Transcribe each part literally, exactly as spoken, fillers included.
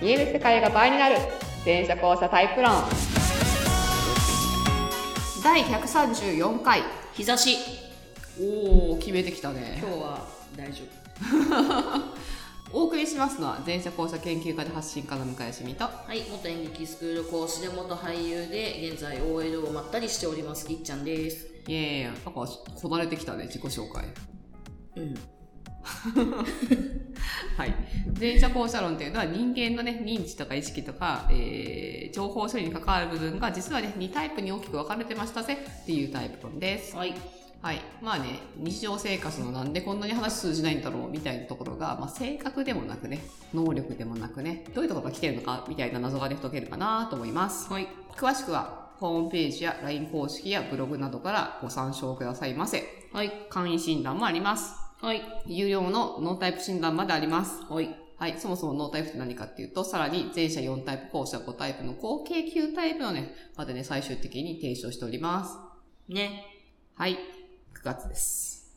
見える世界が倍になる全車交差タイプ論だいひゃくさんじゅうよんかい日差し。 おー決めてきたね。 今日は大丈夫お送りしますのは全車交差研究家で発信家の向井しみと、 はい、元演劇スクール講師で元俳優で現在 オーエル をまったりしておりますぎっちゃんです。 イエーイ。なんかこなれてきたね自己紹介。 うんはい、全車交差論というのは人間のね認知とか意識とか、えー、情報処理に関わる部分が実はねにタイプに大きく分かれてましたぜっていうタイプ論です。 はいはい。まあね、日常生活のなんでこんなに話通じないんだろうみたいなところが、まあ性格でもなくね、能力でもなくね、どういうところが来てるのかみたいな謎がね、解けるかなと思います。 はい。 詳しくは、ホームページや ライン 公式やブログなどからご参照くださいませ。 はい。 簡易診断もあります。 はい。 有料のノータイプ診断まであります。 はい。 はい。そもそもノータイプって何かっていうと、さらに前者よんタイプ、後者ごタイプの合計きゅうタイプのね、までね、最終的に提唱しております。 ね。 はい。くがつです。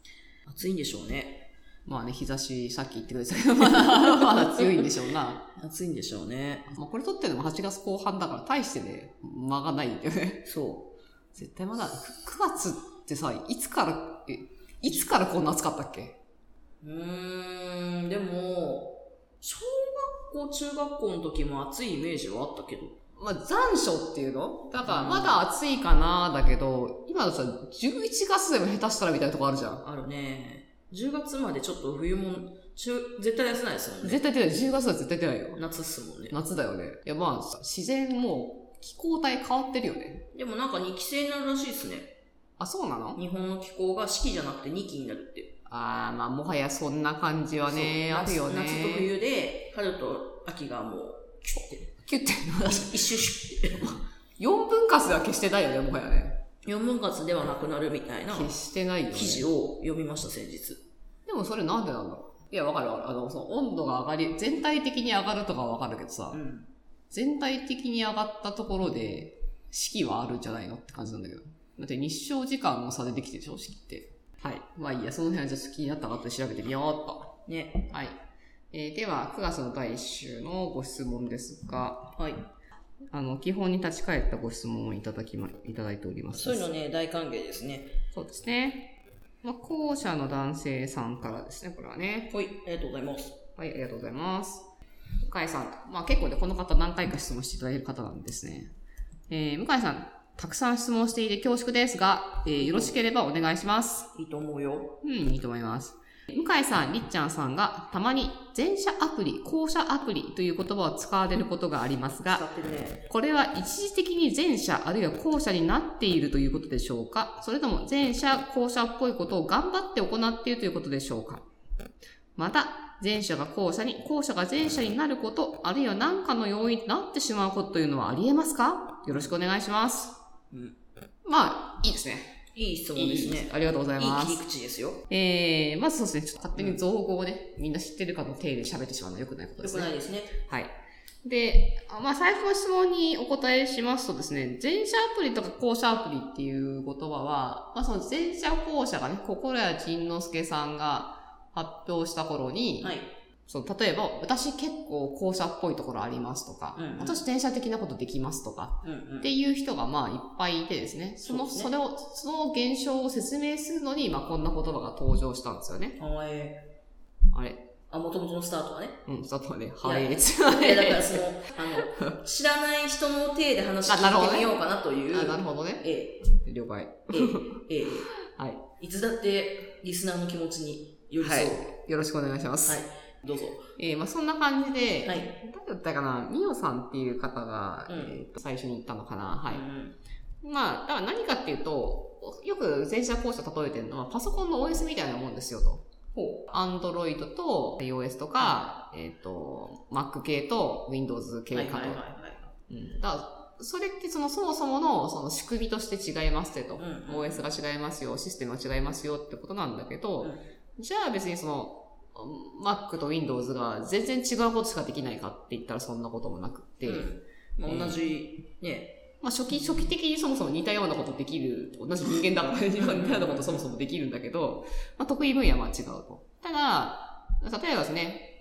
暑いんでしょうね。 まあね、日差しさっき言ってくれたけど、まだ、まだ強いんでしょうな。 暑いんでしょうね。 まあこれ撮ってるのもはちがつこう半だから、大してね、間がないんだよね。 そう。 絶対まだ、くがつってさ、いつから、え、いつからこんな暑かったっけ？ うーん、でも、小学校、中学校の時も暑いイメージはあったけど。 まあ、残暑っていうのだから、まだ暑いかなだけど、今のさ、じゅういちがつでも下手したらみたいなとこあるじゃん。 あるね。じゅうがつまでちょっと冬も、中、絶対休ないですもんね。 絶対出ない。じゅうがつは絶対出ないよ。 夏っすもんね。 夏だよね。いや、まあ、自然も、気候帯変わってるよね。 でもなんかにき制になるらしいっすね。 あ、そうなの？ 日本の気候が四季じゃなくてにきになるって。 あー、まあ、もはやそんな感じはね、あるよね。 夏と冬で、春と秋がもう、キュッて。 キュッて。 一周シュッて。 よんぶん割では消してないよね、もはやね。 よんぶん割ではなくなるみたいな。 消してないよね。 記事を読みました、先日。 でもそれなんでなんだろう。いや、わかるわかる。あの、その温度が上がり、全体的に上がるとかはわかるけどさ、うん、全体的に上がったところで、四季はあるんじゃないのって感じなんだけど。だって日照時間の差でできてるでしょ、四季って。はい。まあいいや、その辺はちょっと気になったかって調べてみようっと。 ね。 はい。えー、では、くがつのだいいっ週のご質問ですが、 はい。 あの、基本に立ち返ったご質問をいただきま、いただいております。 そういうのね、大歓迎ですね。 そうですね。まあ、後者の男性さんからですね、これはね。 はい、ありがとうございます。 はい、ありがとうございます。向井さん。まあ結構ね、この方何回か質問していただいている方なんですね。えー、向井さん、たくさん質問していて恐縮ですが、えー、よろしければお願いします。 いいと思うよ。 うん、いいと思います。向井さん、りっちゃんさんがたまに前者アプリ、後者アプリという言葉を使われることがありますが、 使ってるね、 これは一時的に前者あるいは後者になっているということでしょうか？それとも前者後者っぽいことを頑張って行っているということでしょうか？また、前者が後者に、後者が前者になること、あるいは何かの要因になってしまうことというのはあり得ますか？よろしくお願いします。うん、まあ、いいですね。 いい質問ですね。 いいありがとうございます。 いい切り口ですよ。 えー、まずそうですね、ちょっと勝手に造語をね、うん、みんな知ってるかの体で喋ってしまうのは良くないことですね。 良くないですね。 はい。で、まあ最初の質問にお答えしますとですね、前者アプリとか後者アプリっていう言葉は、まあその前者後者がね、心谷仁之助さんが発表した頃に、はい、そう、例えば、私結構後者っぽいところありますとか、うんうん、私前者的なことできますとか、うんうん、っていう人がまあいっぱいいてですね、その、そ, それを、その現象を説明するのに、まあこんな言葉が登場したんですよね。 はえー。あれあ、もともとのスタートはね。 うん、スタートはね、はえーつ。 いや、だからその、あの、知らない人の体で話聞いてみようかなという。 あ、なるほどね。 ええ。了解。 ええ。ええ。はい。いつだってリスナーの気持ちに寄り添う。はい。 よろしくお願いします。 はい。どうぞ。 えー、まあそんな感じで、 はい。 誰だったかな、ミオさんっていう方が、うん、えー、と最初に言ったのかな。はい。うん、まあ、だから何かっていうと、よく前者後者例えてるのは、パソコンの オーエス みたいなもんですよと。Android と iOS とか、えっ、ー、と、Mac 系と Windows 系かと。はいはいはいはい。うん。だからそれってそのそもそものその仕組みとして違いますってと、うんうん。オーエス が違いますよ、システムが違いますよってことなんだけど、うん、じゃあ別にその、Mac と Windows が全然違うことしかできないかって言ったらそんなこともなくって、うんまあ、同じ、ね。 まあ初期、初期的にそもそも似たようなことできる、同じ人間だから似たようなことそもそもできるんだけど、まあ得意分野は違うと。ただ、例えばですね、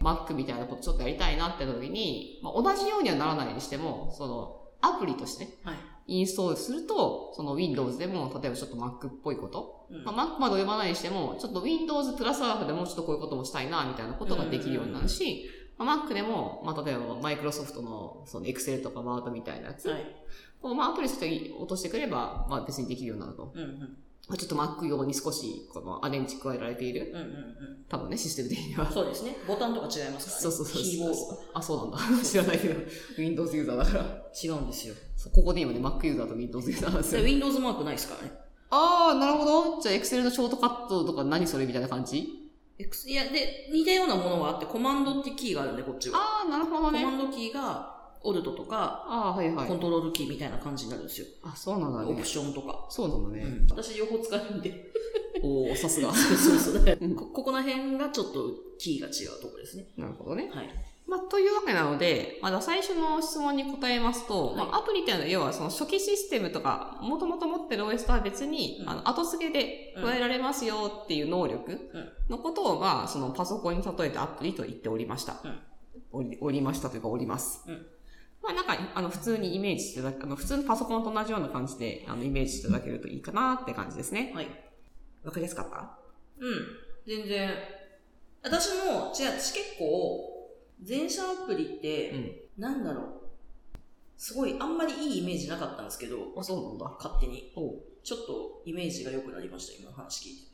Mac みたいなことちょっとやりたいなって時に、まあ、同じようにはならないにしても、その、アプリとして、はい、インストールすると、その Windows でも、例えばちょっと Mac っぽいこと、うん、まあ、Mac まで読まないにしても、ちょっと Windows プラスアルファでもうちょっとこういうこともしたいな、みたいなことができるようになるし、まあ、Mac でも、まあ、例えば Microsoft の、その Excel とか Word みたいなやつを、はい、まあ、アプリとして落としてくれば、まあ、別にできるようになると。うんうん、ちょっと Mac 用に少し、このアレンジ加えられている。うんうんうん、多分ね、システム的には。 そうですね。ボタンとか違いますからね。 そうそうそう。 キーボード。 あ、そうなんだ。知らないけど。Windows ユーザーだから。 違うんですよ。 ここで今ね、Mac ユーザーと Windows ユーザーなんですよ。 Windows マークないですからね。 あー、なるほど。じゃあ、Excel のショートカットとか何それみたいな感じ？ いや、で、似たようなものがあって、コマンドってキーがあるんで、こっちは。 あー、なるほどね。 コマンドキーが、オルトとか、 あー、はいはい。 コントロールキーみたいな感じになるんですよ。 あ、そうなんだね。 オプションとか。 そうなんだね。 うん、私両方使うんで。 おー、さすが。 そうそうそう。だから、こ、ここら辺がちょっとキーが違うところですね。 なるほどね。 はい。 まあ、というわけなので、まだ最初の質問に答えますと、はい、まあ、アプリっていうのは、要はその初期システムとか、もともと持ってる オーエス とは別に、うん、あの、後付けで加えられますよっていう能力のことを、まあ、そのパソコンに例えてアプリと言っておりました。うん、おり、おりましたというか、おります。うん、まあ、なんか、あの、普通にイメージしていただく、あの、普通のパソコンと同じような感じで、あの、イメージしていただけるといいかなって感じですね。はい。わかりやすかった？ うん。全然。私も、違う、私結構、全社アプリって、うん、なんだろう。すごい、あんまりいいイメージなかったんですけど。 あ、そうなんだ。 勝手に。ちょっと、イメージが良くなりました、今の話聞いて。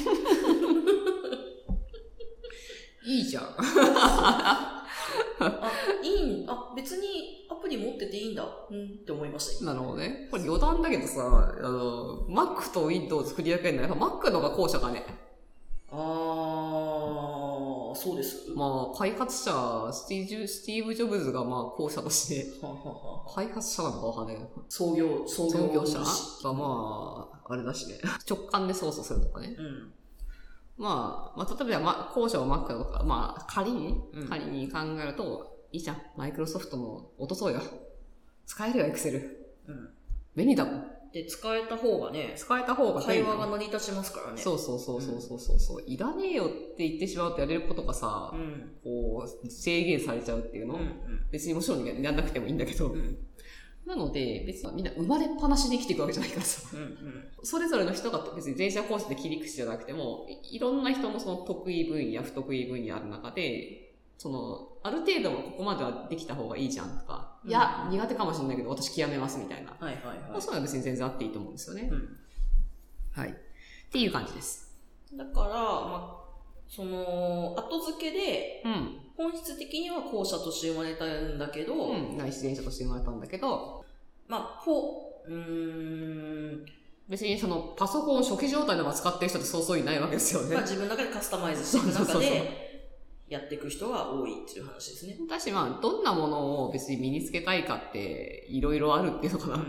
いいじゃん。 あ、いいん、あ、別にアプリ持ってていいんだ。うんって思いました。 なるほどね。これ余談だけどさ、あの、Mac と Windows 作り分けるのは、やっぱ Mac の方が後者かね。 あー、そうです。 まあ、開発者、スティーブ・スティーブジョブズがまあ、後者として、ははは開発者なのかわかんないけど。 創業、創業業者がまあ、あれだしね。直感で操作するとかね。うん。まあ、まあ、例えば、まあ、後者を Mac とか、まあ、仮に、うん、仮に考えると、いいじゃん。マイクロソフトも落とそうよ。使えるよ、Excel。うん。便利だもん。 で、使えた方がね、 使えた方が会話が成り立ちますからね。 そうそうそうそうそうそう、うん、いらねえよって言ってしまうとやれることがさ、うん、こう、制限されちゃうっていうの、うんうん、別にもちろんやらなくてもいいんだけど、うん、なので、別にみんな生まれっぱなしで生きていくわけじゃないからさ、うんうん、それぞれの人が別に全社コースで切り口じゃなくても、いろんな人のその得意分野、不得意分野ある中で、その、ある程度はここまではできた方がいいじゃんとか、うん、いや、苦手かもしれないけど、私極めますみたいな。はいはいはい。まあ、そういうのは別に全然あっていいと思うんですよね。うん、はい。っていう感じです。 だから、まあ、その、後付けで、うん、本質的には後者として生まれたんだけど、 うん、ないし前者として生まれたんだけど、 まあ、こう、うーん、 別にその、パソコンを初期状態のまま使ってる人ってそうそういないわけですよね。 まあ自分の中でカスタマイズしていく中で、やっていく人が多いっていう話ですね。 だしまあ、どんなものを別に身につけたいかっていろいろあるっていうのかな。うん、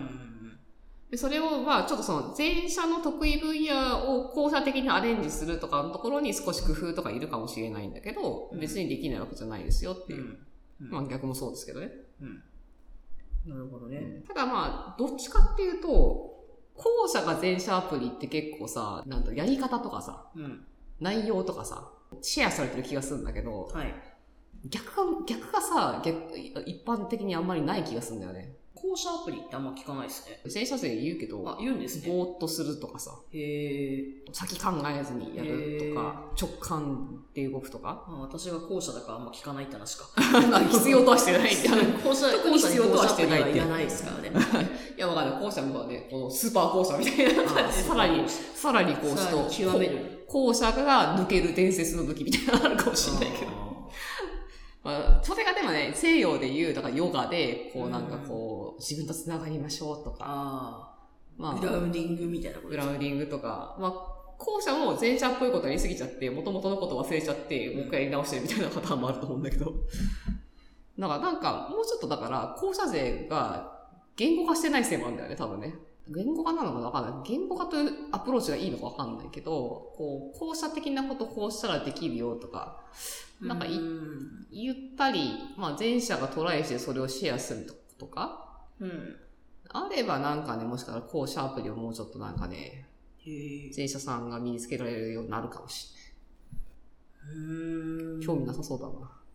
でそれをまあ、ちょっとその前者の得意分野を後者的にアレンジするとかのところに少し工夫とかいるかもしれないんだけど、うん、別にできないわけじゃないですよっていう。うん、まあ逆もそうですけどね。うん、 なるほどね。 ただまあ、どっちかっていうと、後者が前者アプリって結構さ、なんとやり方とかさ、うん、内容とかさ、シェアされてる気がするんだけど、はい、逆が、逆がさ、逆、一般的にあんまりない気がするんだよね。 後者アプリってあんま聞かないですね。 前者勢言うけど、 あ、言うんですね。 ぼーっとするとかさ、へー、先考えずにやるとか、直感で動くとか。 あ、私が後者だからあんま聞かないって話か。 必要とはしてないんだよ。 後者、特に必要とはしてないって。いらないですからね。 いや、わかんない。後者の方はね、このスーパー後者みたいな感じで、さらに、さらにこうしと、 極める。 後者が抜ける伝説の武器みたいなのあるかもしれないけど。まあ、それがでもね、西洋で言う、だからヨガで、こうなんかこう、自分と繋がりましょうとか。あまあ、グラウンディングみたいなこと。 グラウンディングとか。まあ、後者も前者っぽいことやりすぎちゃって、元々のこと忘れちゃって、もう一回やり直してるみたいなパターンもあると思うんだけど。だからなんか、もうちょっとだから、後者勢が言語化してないせいもあるんだよね、多分ね。言語化なのかわかんない。言語化というアプローチがいいのかわかんないけど、こう、後者的なことこうしたらできるよとか、なんかい、言ったり、まあ前者がトライしてそれをシェアするとか、うん、あればなんかね、もしかしたら後者アプリをもうちょっとなんかね、前者さんが身につけられるようになるかもしれない。うーん、興味なさそうだな。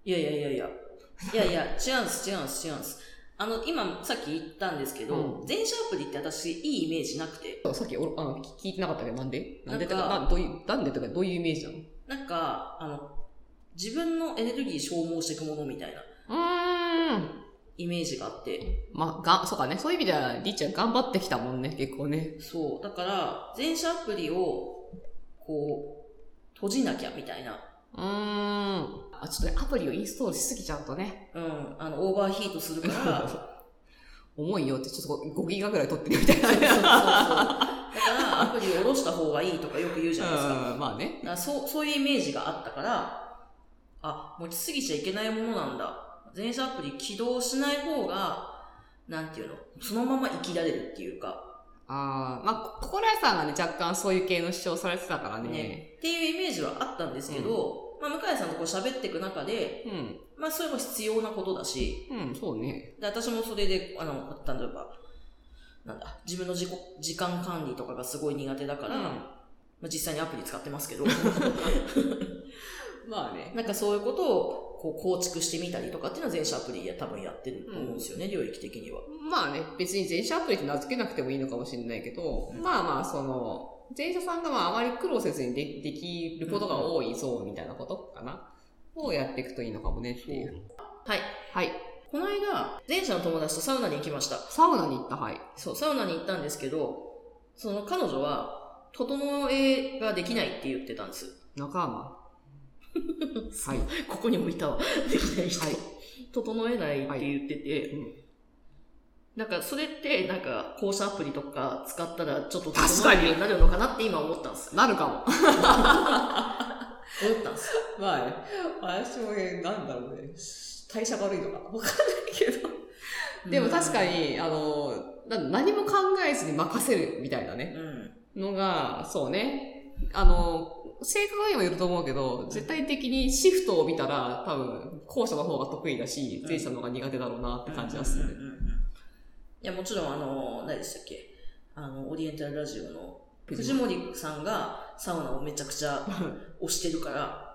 いやいやいやいや。いやいや、違うんです、違うんです、違うんです。あの、今、さっき言ったんですけど、うん、前者アプリって私、いいイメージなくて。 さっき、あの、聞いてなかったけど、なんでなんでとか、などういう、なんでとか、どういうイメージなの？ なんか、あの、自分のエネルギー消耗していくものみたいな。 うーん。 イメージがあって。 まあ、が、そうかね。そういう意味では、りっちゃん頑張ってきたもんね、結構ね。 そう。だから、前者アプリを、こう、閉じなきゃみたいな。 うーん。あ、ちょっとアプリをインストールしすぎちゃうとね。 うん。あの、オーバーヒートするから。 重いよってちょっとごギガぐらい取ってるみたいな。 そうそうそうそう。だからアプリを下ろした方がいいとかよく言うじゃないですか。 うん、まあね。 だからそう、そういうイメージがあったから、あ、持ちすぎちゃいけないものなんだ。前者アプリ起動しない方が、なんていうの、そのまま生きられるっていうか。 ああ、まあ、心屋さんがね、若干そういう系の主張されてたからね。ねっていうイメージはあったんですけど、うん、まあ、向井さんとこう喋っていく中で、うん、まあ、それも必要なことだし、 うん、そうね。 で、私もそれで、あの、例えば、なんだ、自分の自己、時間管理とかがすごい苦手だから、うん、まあ、実際にアプリ使ってますけど、 まあね。 なんかそういうことを、こう構築してみたりとかっていうのは前者アプリや多分やってると思うんですよね、うん、領域的には。 まあね、別に前者アプリって名付けなくてもいいのかもしれないけど、うん、まあまあ、その、前者さんがまああまり苦労せずにでできることが多いゾーンみたいなことかな。をやっていくといいのかもねっていう。 はい。 はい。 この間、前者の友達とサウナに行きました。 サウナに行った、はい。 そう、サウナに行ったんですけど、その彼女は、整えができないって言ってたんです。 仲間。 はい。ここにもいたわ。できない人。はい。整えないって言ってて、はい、うん、なんかそれって、なんか、校舎アプリとか使ったらちょっと整えるようになるのかなって今思ったんです。 なるかも。 思ったんです。 まあね、私もね、なんだろうね、代謝悪いのかなわかんないけど。でも確かに、あの、何も考えずに任せるみたいなね、うん、のが、そうね、あの、性格にもよると思うけど、絶対的にシフトを見たら、多分、後者の方が得意だし、前者の方が苦手だろうなって感じがする。 いや、もちろん、あの、何でしたっけ、あの、オリエンタルラジオの藤森さんがサウナをめちゃくちゃ推してるから。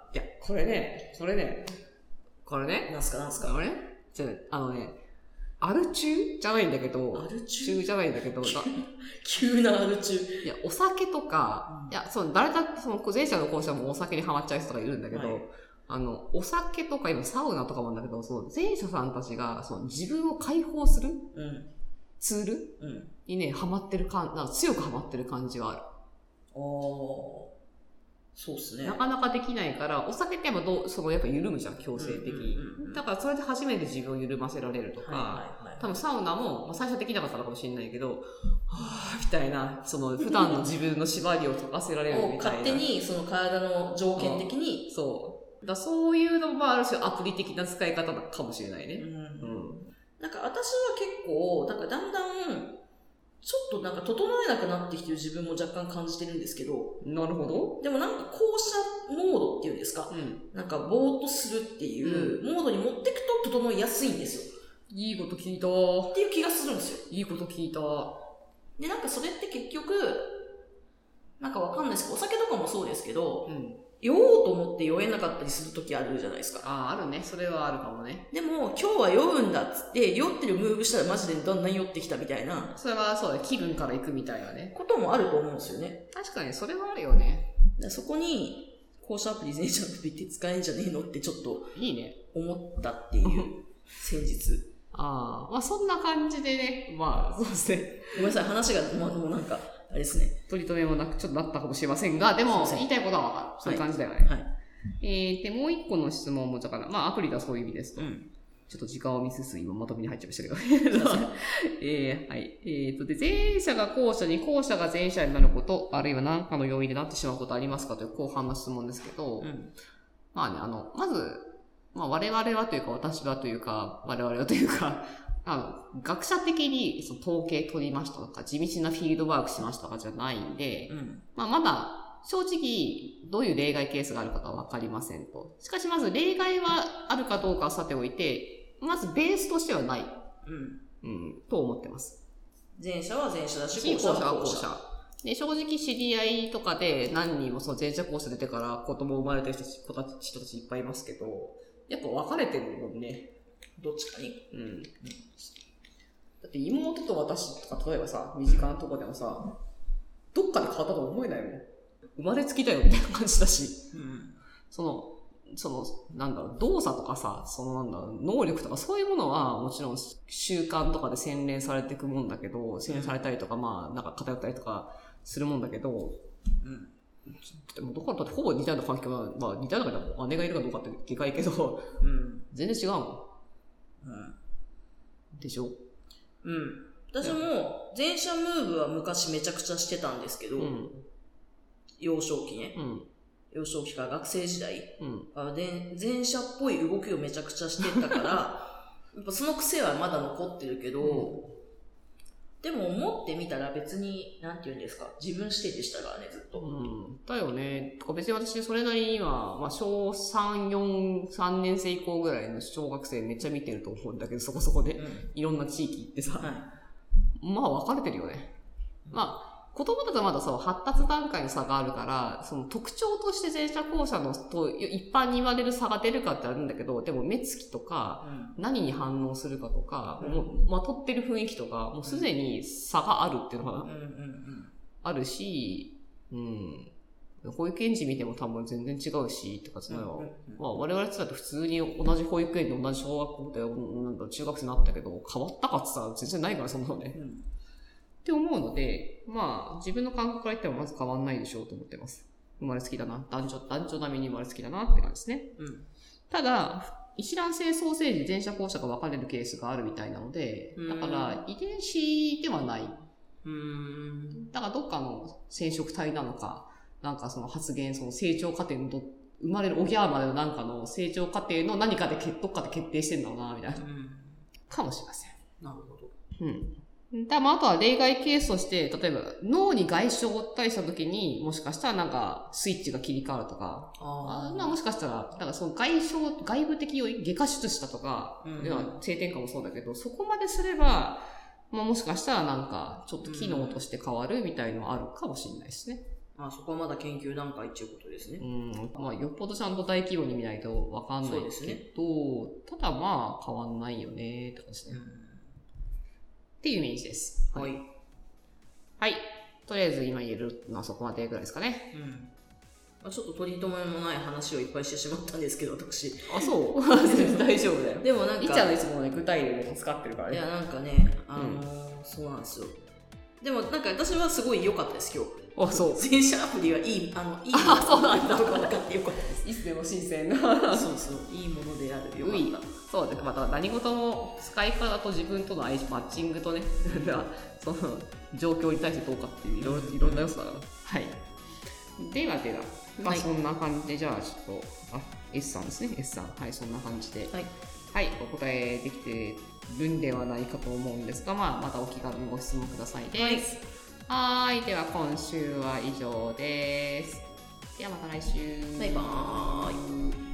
いや、これね、これね、これね。 なんすかなんすかあれじゃあ、あのね、アル中じゃないんだけど、 アル中中じゃないんだけど、 急なアル中。 いや、お酒とか、うん、いや、そう、誰だ、その、前者の校舎もお酒にハマっちゃう人がいるんだけど、はい、あの、お酒とか、今サウナとかもあるんだけど、そう、前者さんたちが、その、自分を解放する、うん、ツール、うん、にね、ハマってる感、なんか強くハマってる感じはある。 ああ。そうっすね。 なかなかできないから、お酒ってやっぱどう、そのやっぱ緩むじゃん、強制的に。だからそれで初めて自分を緩ませられるとか、はいはいはい、多分サウナも、まあ、最初はできなかったのかもしれないけど、はぁ、みたいな、その普段の自分の縛りを解かせられるみたいな。 勝手にその体の条件的に。 うん、そう。だそういうのもある種アプリ的な使い方かもしれないね。うん。うん、 なんか私は結構、なんかだんだん、ちょっとなんか整えなくなってきてる自分も若干感じてるんですけど。 なるほど。 でもなんか校舎モードっていうんですか、うん、なんかぼーっとするっていうモードに持っていくと整いやすいんですよ。 いいこと聞いた。 っていう気がするんですよ。 いいこと聞いた。 で、なんかそれって結局、なんかわかんないですけど、お酒とかもそうですけど、うん、酔おうと思って酔えなかったりするときあるじゃないですか。 ああ、あるね。それはあるかもね。 でも、今日は酔うんだっつって、酔ってるムーブしたらマジでだんだん酔ってきたみたいな。 それはそうだ、気分から行くみたいなね。 こともあると思うんですよね。 確かに、それはあるよね。 そこに、校舎アプリ、前者アプリって使えんじゃねえのってちょっと、 いいね。 思ったっていう、先日。 ああ、まあそんな感じでね、まあ、そうですね。 ごめんなさい、話が、まあ、もうなんか、あれですね。 取り留めもなくちょっとなったかもしれませんが、でも、言いたいことはわかる。そういう感じだよね。はい。はいえー、で、もう一個の質問も、だから、まあ、アプリだそういう意味ですと。うん、ちょっと時間を見すす、今まとめに入っちゃいましたけど。えー、はい。えーと、で、前者が後者に、後者が前者になること、あるいは何かの要因でなってしまうことありますかという後半の質問ですけど、うん、まあね、あの、まず、まあ、我々はというか、私はというか、我々はというか、あの、学者的にその統計取りましたとか、地道なフィールドワークしましたとかじゃないんで、うん、まあ、まだ、正直、どういう例外ケースがあるかはわかりませんと。しかしまず例外はあるかどうかはさておいて、まずベースとしてはない。うん。うん。と思ってます。 前者は前者だし、 後者は後者。で、正直知り合いとかで何人もその前者後者出てから子供生まれてる人たち、子たち、人たちいっぱいいますけど、 やっぱ分かれてるもんね。 どっちかに。 うん。うん、だって妹と私とか、例えばさ、身近なとこでもさ、どっかで変わったと思えないもん。生まれつきだよみたいな感じだし。うん、その、その、なんだろう、動作とかさ、そのなんだろう、能力とかそういうものはもちろん習慣とかで洗練されていくもんだけど、洗練されたりとか、まあ、なんか偏ったりとかするもんだけど、うん。でもどこだってほぼ似たような環境は、まあ似たような方姉がいるかどうかってでかいけど、うん、全然違うもん。うん。でしょ？ うん。私も前者ムーブは昔めちゃくちゃしてたんですけど、うん、幼少期ね。うん、幼少期から学生時代、うん、で前者っぽい動きをめちゃくちゃしてたから、やっぱその癖はまだ残ってるけど、うんでも思ってみたら別に、なんて言うんですか、自分視点でしたからね、ずっと。 うん。だよね。とか別に私それなりには、まあ、小さん、よん、さんねん生以降ぐらいの小学生めっちゃ見てると思うんだけど、そこそこで、うん、いろんな地域行ってさ、はい、まあ分かれてるよね。うん、まあ、子供だとまだそう、発達段階の差があるから、その特徴として前者後者のと一般に言われる差が出るかってあるんだけど、でも目つきとか、うん、何に反応するかとか、うん、もうまとってる雰囲気とか、もうすでに差があるっていうのがあるし、うん。保育園児見ても多分全然違うし、って感じなの、うんうんうん、まあ我々ってだって普通に同じ保育園で同じ小学校で、なんだ中学生になったけど、変わったかって言ったら全然ないから、そんなのね。うんって思うので、まあ、自分の感覚から言ってもまず変わんないでしょうと思ってます。生まれつきだな。男女、男女並みに生まれつきだなって感じですね。うん。ただ、一卵性双生児、前者後者が分かれるケースがあるみたいなので、だから遺伝子ではない。うーん。だからどっかの染色体なのか、なんかその発現、その成長過程のど、生まれるおぎゃーまでのなんかの成長過程の何かでどっかで決定してんだろうな、みたいな。うん。かもしれません。 なるほど。 うん。だまあ、あとは例外ケースとして、例えば脳に外傷を負ったりした時に、もしかしたらなんかスイッチが切り替わるとか、あまあもしかしたら、だからその外傷、外部的要因、外科手術したとか、うんうん、性転換もそうだけど、そこまですれば、まあもしかしたらなんかちょっと機能として変わるみたいのはあるかもしれないですね。 まあそこはまだ研究段階っていうことですね。 うん。まあよっぽどちゃんと大規模に見ないとわかんないですけど、ね、ただまあ変わんないよね、って感じですね。うんっていうイメージです。はい。はい。とりあえず今言えるのはそこまでぐらいですかね。うん。 まあ、ちょっと取り留めもない話をいっぱいしてしまったんですけど、私。 あ、そう大丈夫だよ。 でもなんか。 いっちゃんのいつもね、具体例で使ってるからね。 いや、なんかね、あのーうん、そうなんですよ。でもなんか私はすごい良かったです、今日。 あ、そう。 前者アプリはいい、あの、いいものあ、そうなんだ。 とか分かって良かったです。 いつでも新鮮な。 そうそう、いいものであるよかった。 そうです。また何事も使い方と自分との相性、マッチングとね、その状況に対してどうかっていういろいろんな要素だから。はい。ではでは、まあそんな感じで、じゃあちょっと、あ、S さんですね、S さん。はい、そんな感じで。はい。はい、お答えできてるんではないかと思うんですが、まあまたお気軽にご質問くださいです。はい。はい、では今週は以上です。ではまた来週。 バイバーイ。